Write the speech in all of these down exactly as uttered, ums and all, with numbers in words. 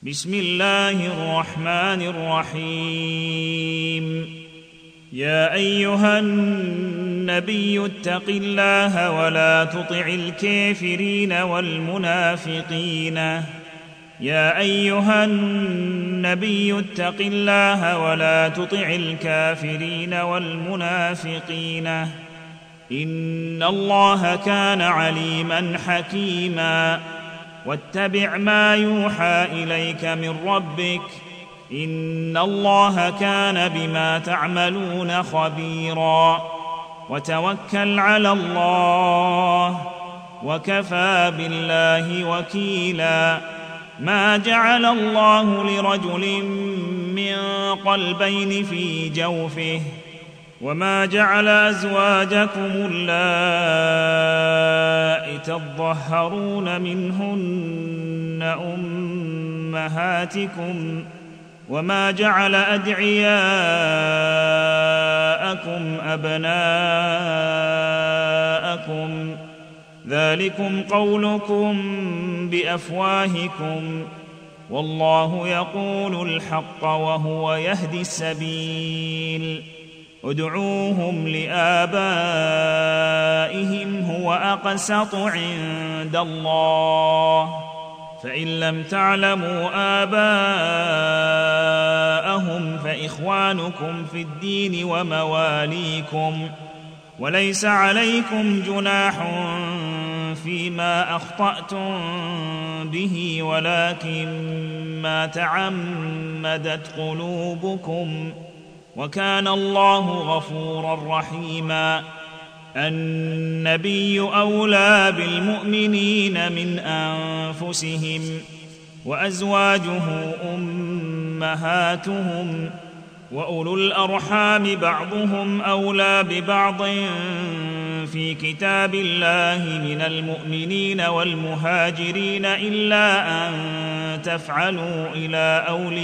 بسم الله الرحمن الرحيم. يا أيها النبي اتق الله ولا تطع الكافرين والمنافقين يا أيها النبي اتق الله ولا تطع الكافرين والمنافقين إن الله كان عليما حكيما. واتبع ما يوحى إليك من ربك إن الله كان بما تعملون خبيرا. وتوكل على الله وكفى بالله وكيلا. ما جعل الله لرجل من قلبين في جوفه وما جعل أزواجكم اللائي تظهرون منهن أمهاتكم وما جعل أدعياءكم أبناءكم ذلكم قولكم بأفواهكم والله يقول الحق وهو يهدي السبيل. ادعوهم لآبائهم هو أقسط عند الله فإن لم تعلموا آباءهم فإخوانكم في الدين ومواليكم وليس عليكم جناح فيما أخطأتم به ولكن ما تعمدت قلوبكم وكان الله غفورا رحيما. النبي أولى بالمؤمنين من أنفسهم وأزواجه أمهاتهم وأولو الأرحام بعضهم أولى ببعض في كتاب الله من المؤمنين والمهاجرين إلا أن تفعلوا إلى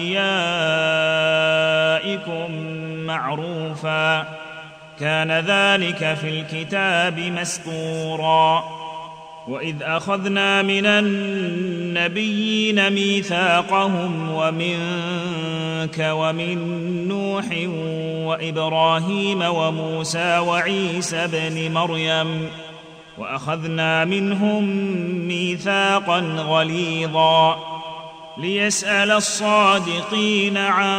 أوليائكم معروفا كان ذلك في الكتاب مسطورا. وإذ أخذنا من النبيين ميثاقهم ومنك ومن نوح وإبراهيم وموسى وعيسى ابن مريم وأخذنا منهم ميثاقا غليظا ليسأل الصادقين عن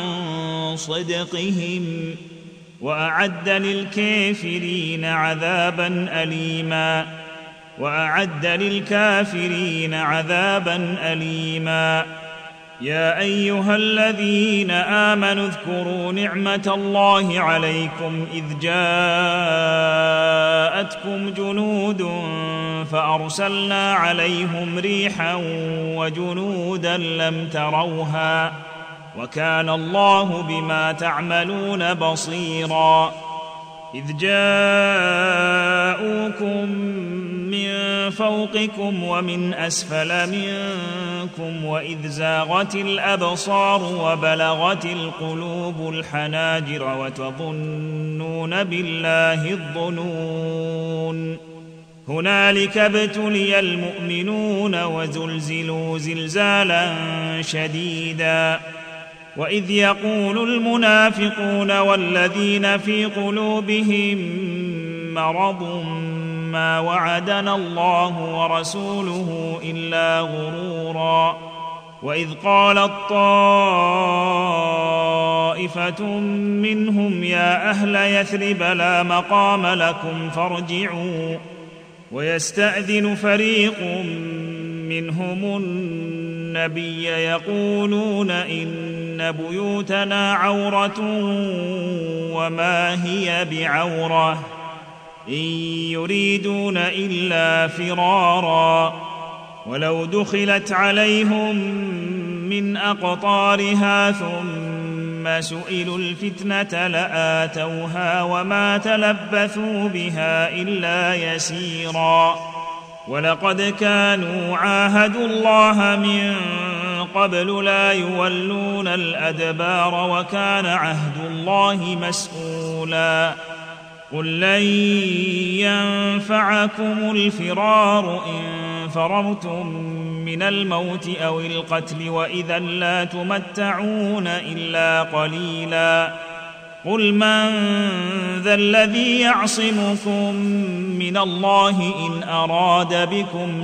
صدقهم وأعد للكافرين عذابا أليما وأعد للكافرين عذابا أليما. يا أيها الذين آمنوا اذكروا نعمة الله عليكم إذ جاءتكم جنود فأرسلنا عليهم ريحا وجنودا لم تروها وكان الله بما تعملون بصيرا. إذ جاءوكم من فوقكم ومن أسفل منكم وإذ زاغت الأبصار وبلغت القلوب الحناجر وتظنون بالله الظنون هنالك ابتلي المؤمنون وزلزلوا زلزالا شديدا. وإذ يقول المنافقون والذين في قلوبهم مرض ما وعدنا الله ورسوله إلا غرورا. وإذ قالت طائفة منهم يا أهل يثرب لا مقام لكم فارجعوا ويستأذن فريق منهم النبي يقولون إن بيوتنا عورة وما هي بعورة إن يريدون إلا فرارا ولو دخلت عليهم من أقطارها ثم سئلوا الفتنة لآتوها وما تلبثوا بها إلا يسيرا. ولقد كانوا عاهدوا الله من قبل لا يولون الأدبار وكان عهد الله مسؤولا. قل لن ينفعكم الفرار إن فررتم من الموت أو القتل وإذا لا تمتعون إلا قليلا قل من ذا الذي يعصمكم من الله إن أراد بكم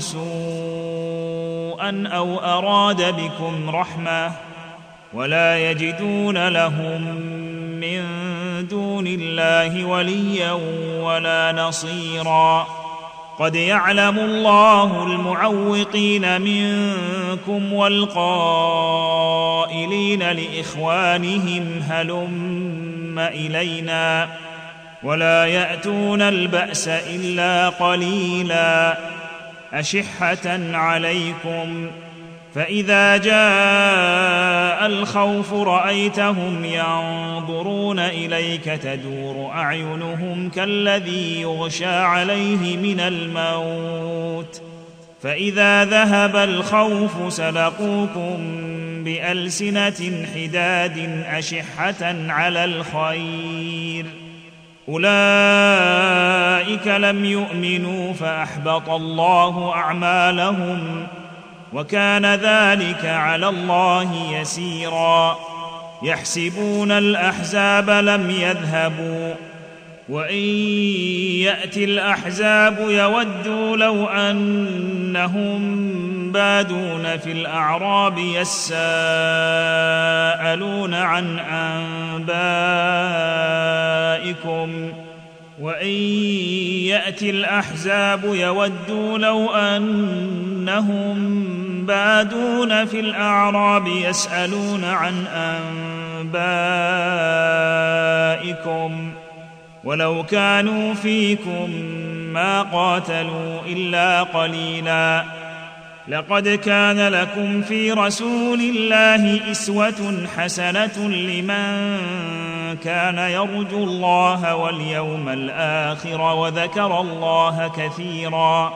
سوءا أو أراد بكم رحمة ولا يجدون لهم من دون الله وليا ولا نصيرا قد يعلم الله المعوقين منكم والقائلين لإخوانهم هلم إلينا ولا يأتون البأس إلا قليلا أشحة عليكم فإذا جاء الخوف رأيتهم ينظرون إليك تدور أعينهم كالذي يغشى عليه من الموت فإذا ذهب الخوف سلقوكم بألسنة حداد أشحة على الخير أولئك لم يؤمنوا فأحبط الله أعمالهم وكان ذلك على الله يسيرا يحسبون الأحزاب لم يذهبوا وإن يأتي الأحزاب يودوا لو أنهم بادون في الأعراب يساءلون عن أنبائكم وإن يأتي الأحزاب يودوا لو أنهم بادون في الأعراب يسألون عن أنبائكم ولو كانوا فيكم ما قاتلوا إلا قليلا لقد كان لكم في رسول الله أسوة حسنة لمن كان يرجو الله واليوم الآخر وذكر الله كثيرا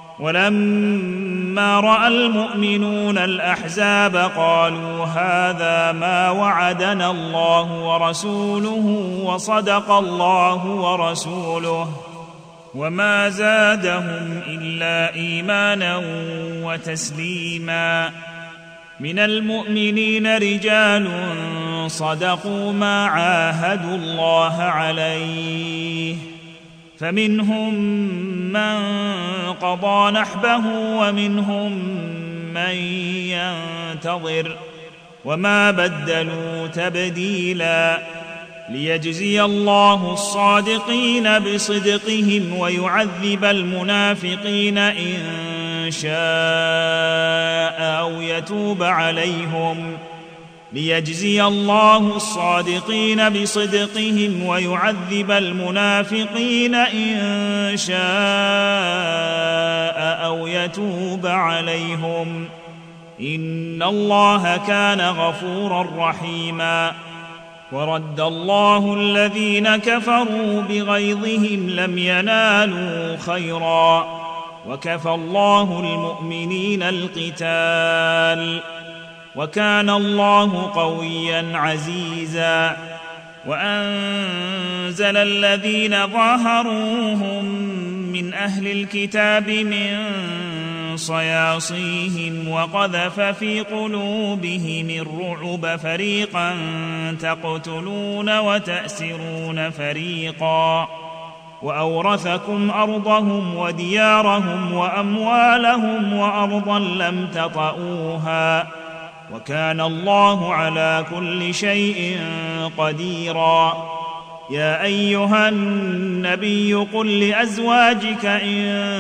ولما رأى المؤمنون الأحزاب قالوا هذا ما وعدنا الله ورسوله وصدق الله ورسوله وما زادهم إلا إيمانا وتسليما من المؤمنين رجال صدقوا ما عاهدوا الله عليه فمنهم من قضى نحبه ومنهم من ينتظر وما بدلوا تبديلا ليجزي الله الصادقين بصدقهم ويعذب المنافقين إن شاء أو يتوب عليهم ليجزي الله الصادقين بصدقهم ويعذب المنافقين إن شاء أو يتوب عليهم إن الله كان غفورا رحيما ورد الله الذين كفروا بغيظهم لم ينالوا خيرا وكفى الله المؤمنين القتال وكان الله قويا عزيزا وأنزل الذين ظاهروهم من أهل الكتاب من صياصيهم وقذف في قلوبهم الرعب فريقا تقتلون وتأسرون فريقا وأورثكم أرضهم وديارهم وأموالهم وأرضا لم تطئوها وكان الله على كل شيء قديرا يا أيها النبي قل لأزواجك إن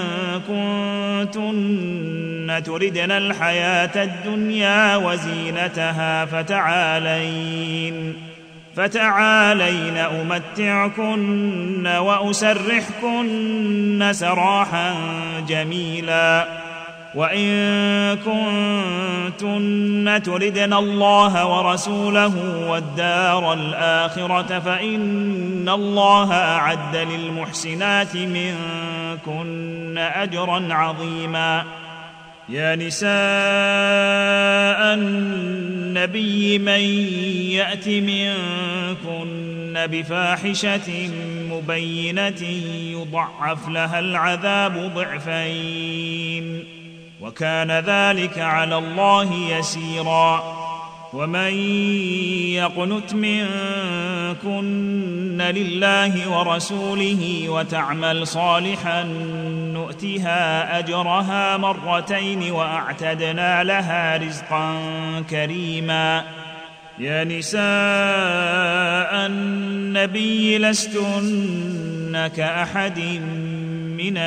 كنتن تردن الحياة الدنيا وزينتها فتعالين فتعالين أمتعكن وأسرحكن سراحا جميلا وإن كنتن تردن الله ورسوله والدار الآخرة فإن الله أعد للمحسنات منكن أجرا عظيما يا نساء النبي من يأت منكن بفاحشة مبينة يضعف لها العذاب ضعفين وكان ذلك على الله يسيرا. ومن يقنت منكن لله ورسوله وتعمل صالحا نؤتها أجرها مرتين وأعتدنا لها رزقا كريما. يا نساء النبي لستن كأحد من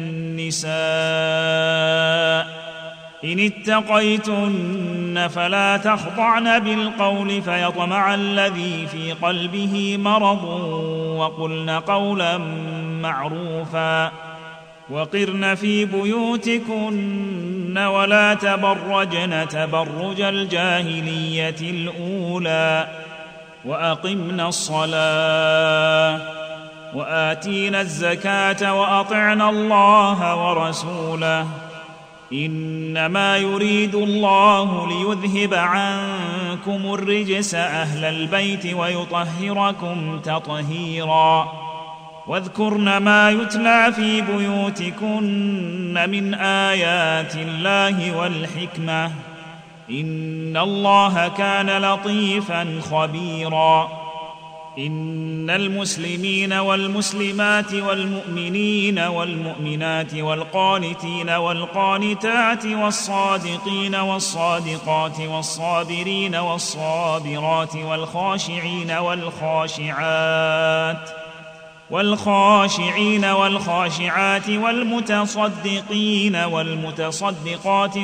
النساء إن اتقيتن فلا تخضعن بالقول فيطمع الذي في قلبه مرض وقلن قولا معروفا. وقرن في بيوتكن ولا تبرجن تبرج الجاهلية الأولى وأقمنا الصلاة وآتينا الزكاة وأطعنا الله ورسوله إنما يريد الله ليذهب عنكم الرجس أهل البيت ويطهركم تطهيرا. واذكرن ما يتلى في بيوتكن من آيات الله والحكمة إن الله كان لطيفا خبيرا. إن المسلمين والمسلمات والمؤمنين والمؤمنات والقانتين والقانتات والصادقين والصادقات والصابرين والصابرات والخاشعين والخاشعات والخاشعين والخاشعات والمتصدقين والمتصدقات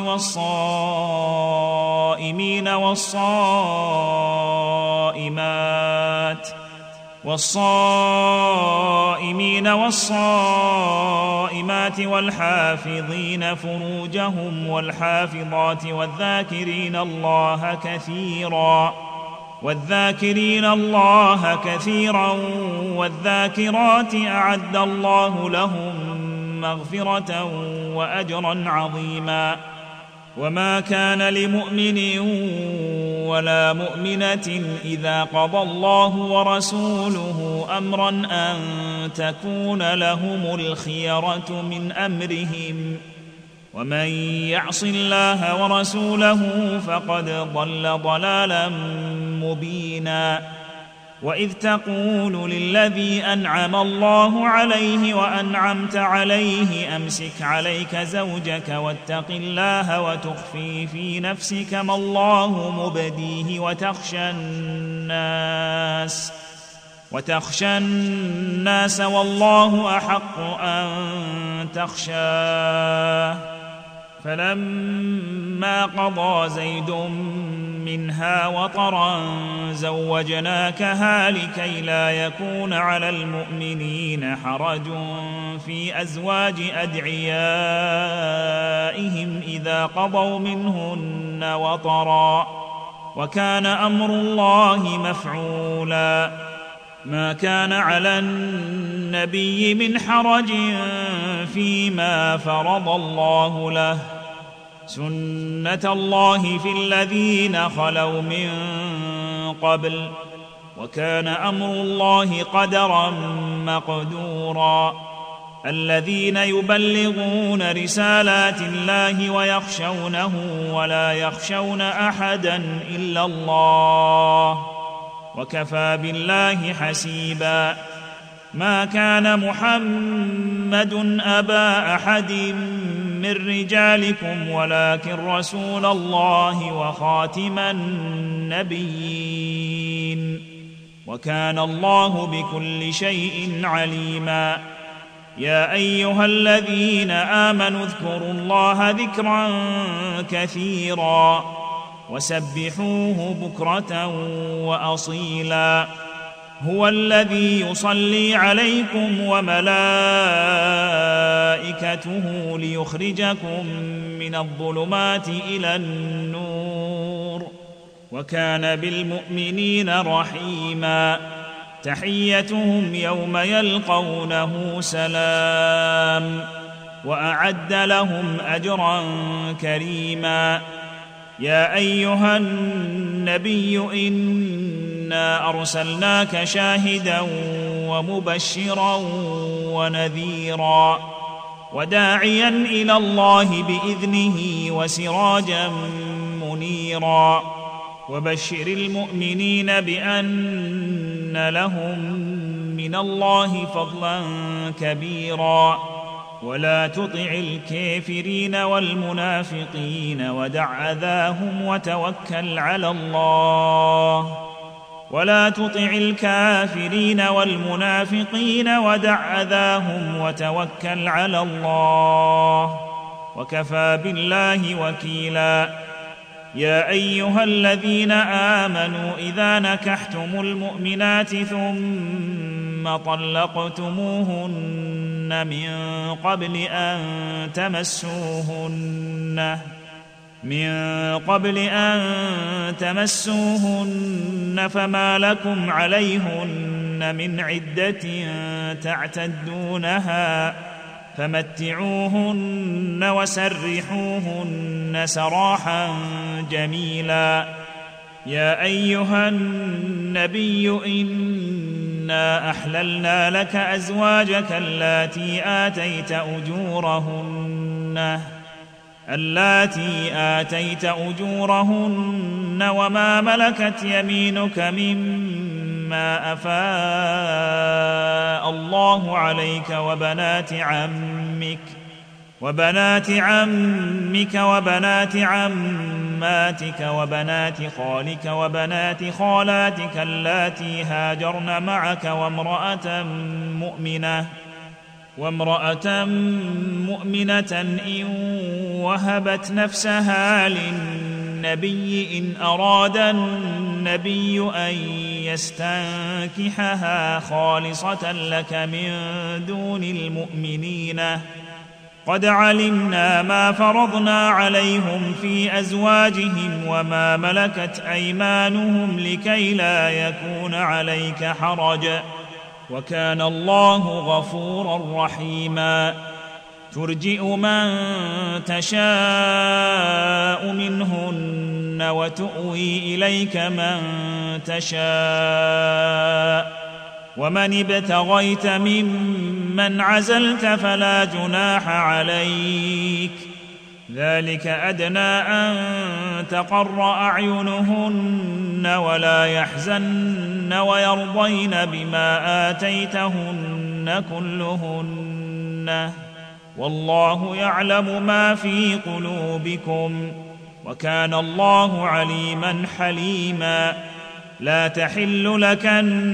والصائمين والصائمات والصائمين والصائمات والحافظين فروجهم والحافظات والذاكرين الله كثيرا والذاكرين الله كثيرا والذاكرات أعد الله لهم مغفرة وأجرا عظيما. وما كان لمؤمن ولا مؤمنة إذا قضى الله ورسوله أمرا أن تكون لهم الخيرة من أمرهم ومن يعص الله ورسوله فقد ضل ضلالا مبينا. وإذ تقول للذي أنعم الله عليه وأنعمت عليه أمسك عليك زوجك واتق الله وتخفي في نفسك ما الله مبديه وتخشى الناس وتخشى الناس والله أحق أن تخشاه فلما قضى زيد منها وطرا زوجناكها لكي لا يكون على المؤمنين حرج في أزواج أدعيائهم إذا قضوا منهن وطرا وكان أمر الله مفعولا. ما كان على النبي من حرج فيما فرض الله له سنة الله في الذين خلوا من قبل وكان أمر الله قدرا مقدورا. الذين يبلغون رسالات الله ويخشونه ولا يخشون أحدا إلا الله وكفى بالله حسيبا. ما كان محمد أبا أحد من رجالكم ولكن رسول الله وخاتم النبيين وكان الله بكل شيء عليما. يا أيها الذين آمنوا اذكروا الله ذكرا كثيرا وسبحوه بكرة وأصيلا. هو الذي يصلي عليكم وملائكته ليخرجكم من الظلمات إلى النور وكان بالمؤمنين رحيما. تحيتهم يوم يلقونه سلام وأعد لهم أجرا كريما. يا أيها النبي إنا أرسلناك شاهدا ومبشرا ونذيرا وداعيا إلى الله بإذنه وسراجا منيرا وبشر المؤمنين بأن لهم من الله فضلا كبيرا ولا تطع الكافرين والمنافقين ودع أذاهم وتوكل على الله ولا تطع الكافرين والمنافقين ودع أذاهم وتوكل على الله وكفى بالله وكيلا يا أيها الذين آمنوا إذا نكحتم المؤمنات ثم طلقتموهن من قبل أن تمسوهن من قبل أن تمسوهن فما لكم عليهن من عدة تعتدونها فمتعوهن وسرحوهن سراحا جميلا يا أيها النبي إنا أحللنا لك أزواجك اللاتي آتيت أجورهن اللاتي آتيت أجورهن وما ملكت يمينك مما أفاء الله عليك وبنات عمك وبنات عمك وبنات عماتك وبنات خالك وبنات خالاتك اللاتي هاجرن معك وامرأة مؤمنة وامرأة مؤمنة إن وهبت نفسها للنبي إن أراد النبي أن يستنكحها خالصة لك من دون المؤمنين قد علمنا ما فرضنا عليهم في أزواجهم وما ملكت أيمانهم لكي لا يكون عليك حرج وكان الله غفورا رحيما ترجئ من تشاء منهن وتؤوي إليك من تشاء ومن ابتغيت ممن عزلت فلا جناح عليك ذلك أدنى أن تقر أعينهن ولا يحزن ويرضين بما آتيتهن كلهن والله يعلم ما في قلوبكم وكان الله عليما حليما لا تحل لك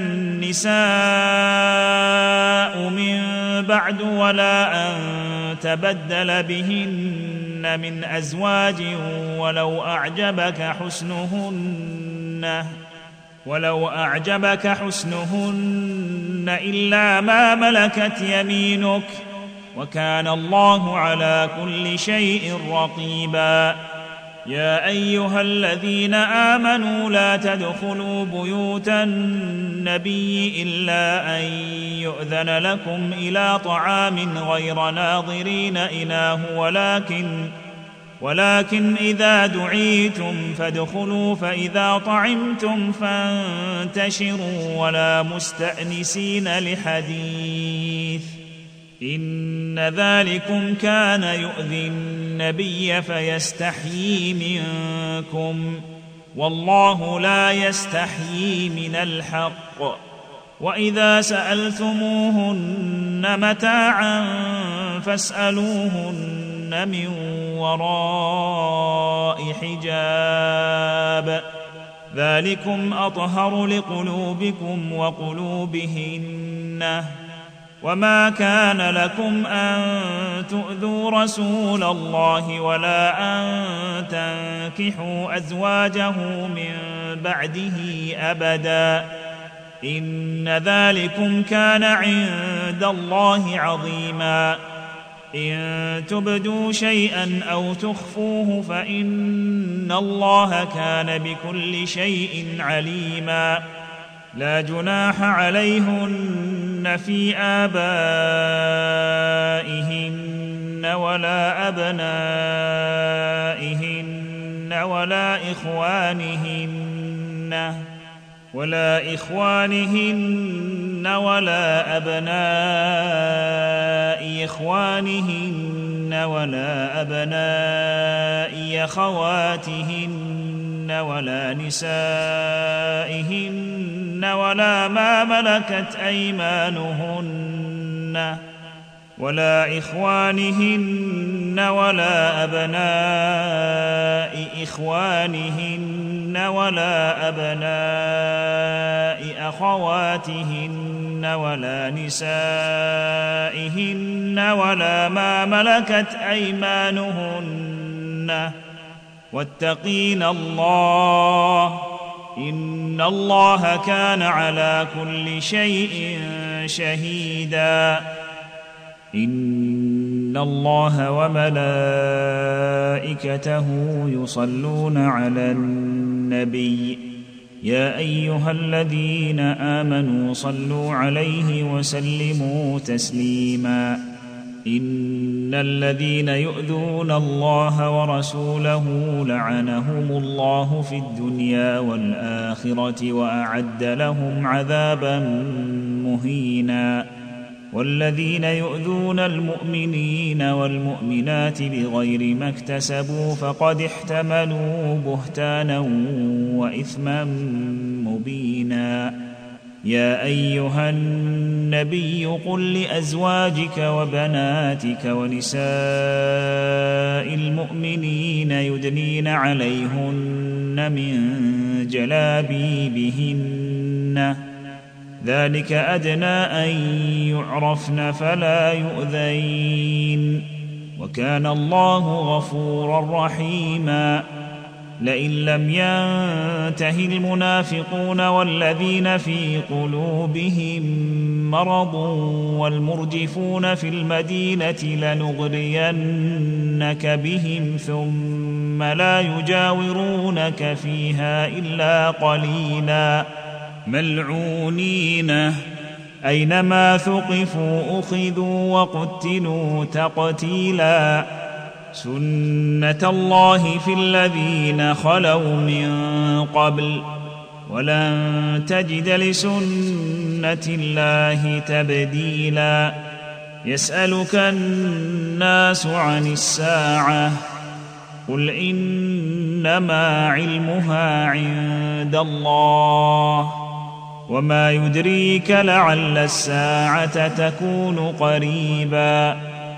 النساء من بعد ولا أن تبدل بهن من أزواج ولو أعجبك حسنهن ولو أعجبك حسنهن إلا ما ملكت يمينك وكان الله على كل شيء رقيبا يا أيها الذين آمنوا لا تدخلوا بيوت النبي إلا أن يؤذن لكم إلى طعام غير ناظرين إناه ولكن ولكن إذا دعيتم فادخلوا فإذا طعمتم فانتشروا ولا مستأنسين لحديث إن ذلكم كان يؤذي النبي فيستحيي منكم والله لا يستحيي من الحق وإذا سألتموهن متاعا فاسألوهن من وراء حجاب ذلكم أطهر لقلوبكم وقلوبهن وما كان لكم أن تؤذوا رسول الله ولا أن تنكحوا أزواجه من بعده أبدا إن ذلكم كان عند الله عظيما إن تبدوا شيئا أو تخفوه فإن الله كان بكل شيء عليما لا جناح عليهن في آبائهن ولا أبنائهن ولا إخوانهن ولا إخوانهن ولا أبناء إخوانهن ولا أبناء أخواتهن ولا نسائهن ولا ما ملكت أيمانهن ولا إخوانهن ولا أبناء إخوانهن ولا أبناء أخواتهن ولا نسائهن ولا ما ملكت أيمانهن واتقين الله إن الله كان على كل شيء شهيدا إن الله وملائكته يصلون على النبي يا أيها الذين آمنوا صلوا عليه وسلموا تسليما إن الذين يؤذون الله ورسوله لعنهم الله في الدنيا والآخرة وأعد لهم عذابا مهينا والذين يؤذون المؤمنين والمؤمنات بغير ما اكتسبوا فقد احتملوا بهتانا وإثما مبينا يا أيها النبي قل لأزواجك وبناتك ونساء المؤمنين يدنين عليهن من جلابيبهن ذلك أدنى أن يعرفن فلا يؤذين وكان الله غفورا رحيما لئن لم ينته المنافقون والذين في قلوبهم مرض والمرجفون في المدينة لنغرينك بهم ثم لا يجاورونك فيها إلا قليلا ملعونين أينما ثقفوا أخذوا وقتلوا تقتيلا سنة الله في الذين خلوا من قبل ولن تجد لسنة الله تبديلا يسألك الناس عن الساعة قل إنما علمها عند الله وما يدريك لعل الساعة تكون قريبا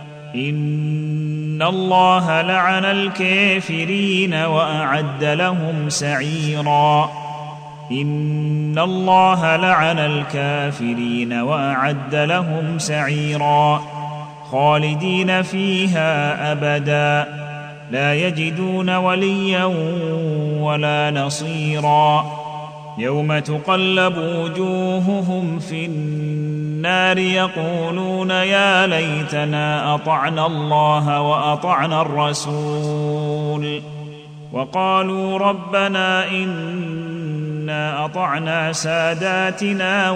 إن الله لعن الكافرين وأعد لهم سعيرا إن الله لعن الكافرين وأعد لهم سعيرا خالدين فيها أبدا لا يجدون وليا ولا نصيرا يوم تقلب وجوههم في النار يقولون يا ليتنا أطعنا الله وأطعنا الرسول وقالوا ربنا إنا أطعنا ساداتنا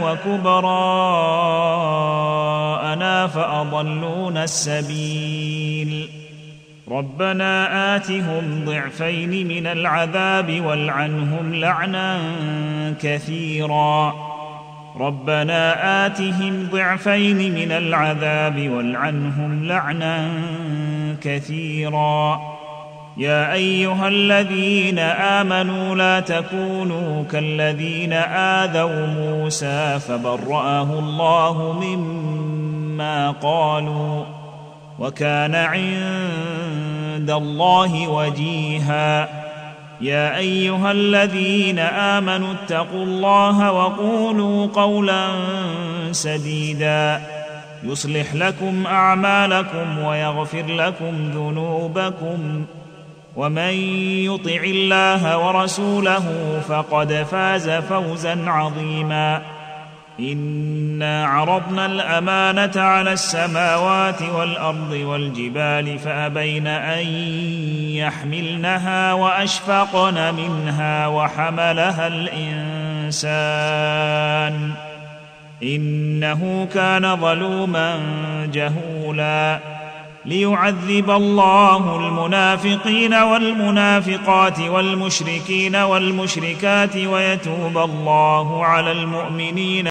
وكبراءنا فأضلونا السبيل ربنا آتهم ضعفين من العذاب والعنهم لعنا كثيرا ربنا آتهم ضعفين من العذاب والعنهم لعنا كثيرا يا أيها الذين آمنوا لا تكونوا كالذين آذوا موسى فبرأه الله مما قالوا وكان عند الله وجيها يا أيها الذين آمنوا اتقوا الله وقولوا قولا سديدا يصلح لكم أعمالكم ويغفر لكم ذنوبكم ومن يطع الله ورسوله فقد فاز فوزا عظيما إنا عرضنا الأمانة على السماوات والأرض والجبال فأبين أن يحملنها وأشفقن منها وحملها الإنسان إنه كان ظلوما جهولا ليعذب الله المنافقين والمنافقات والمشركين والمشركات ويتوب الله على المؤمنين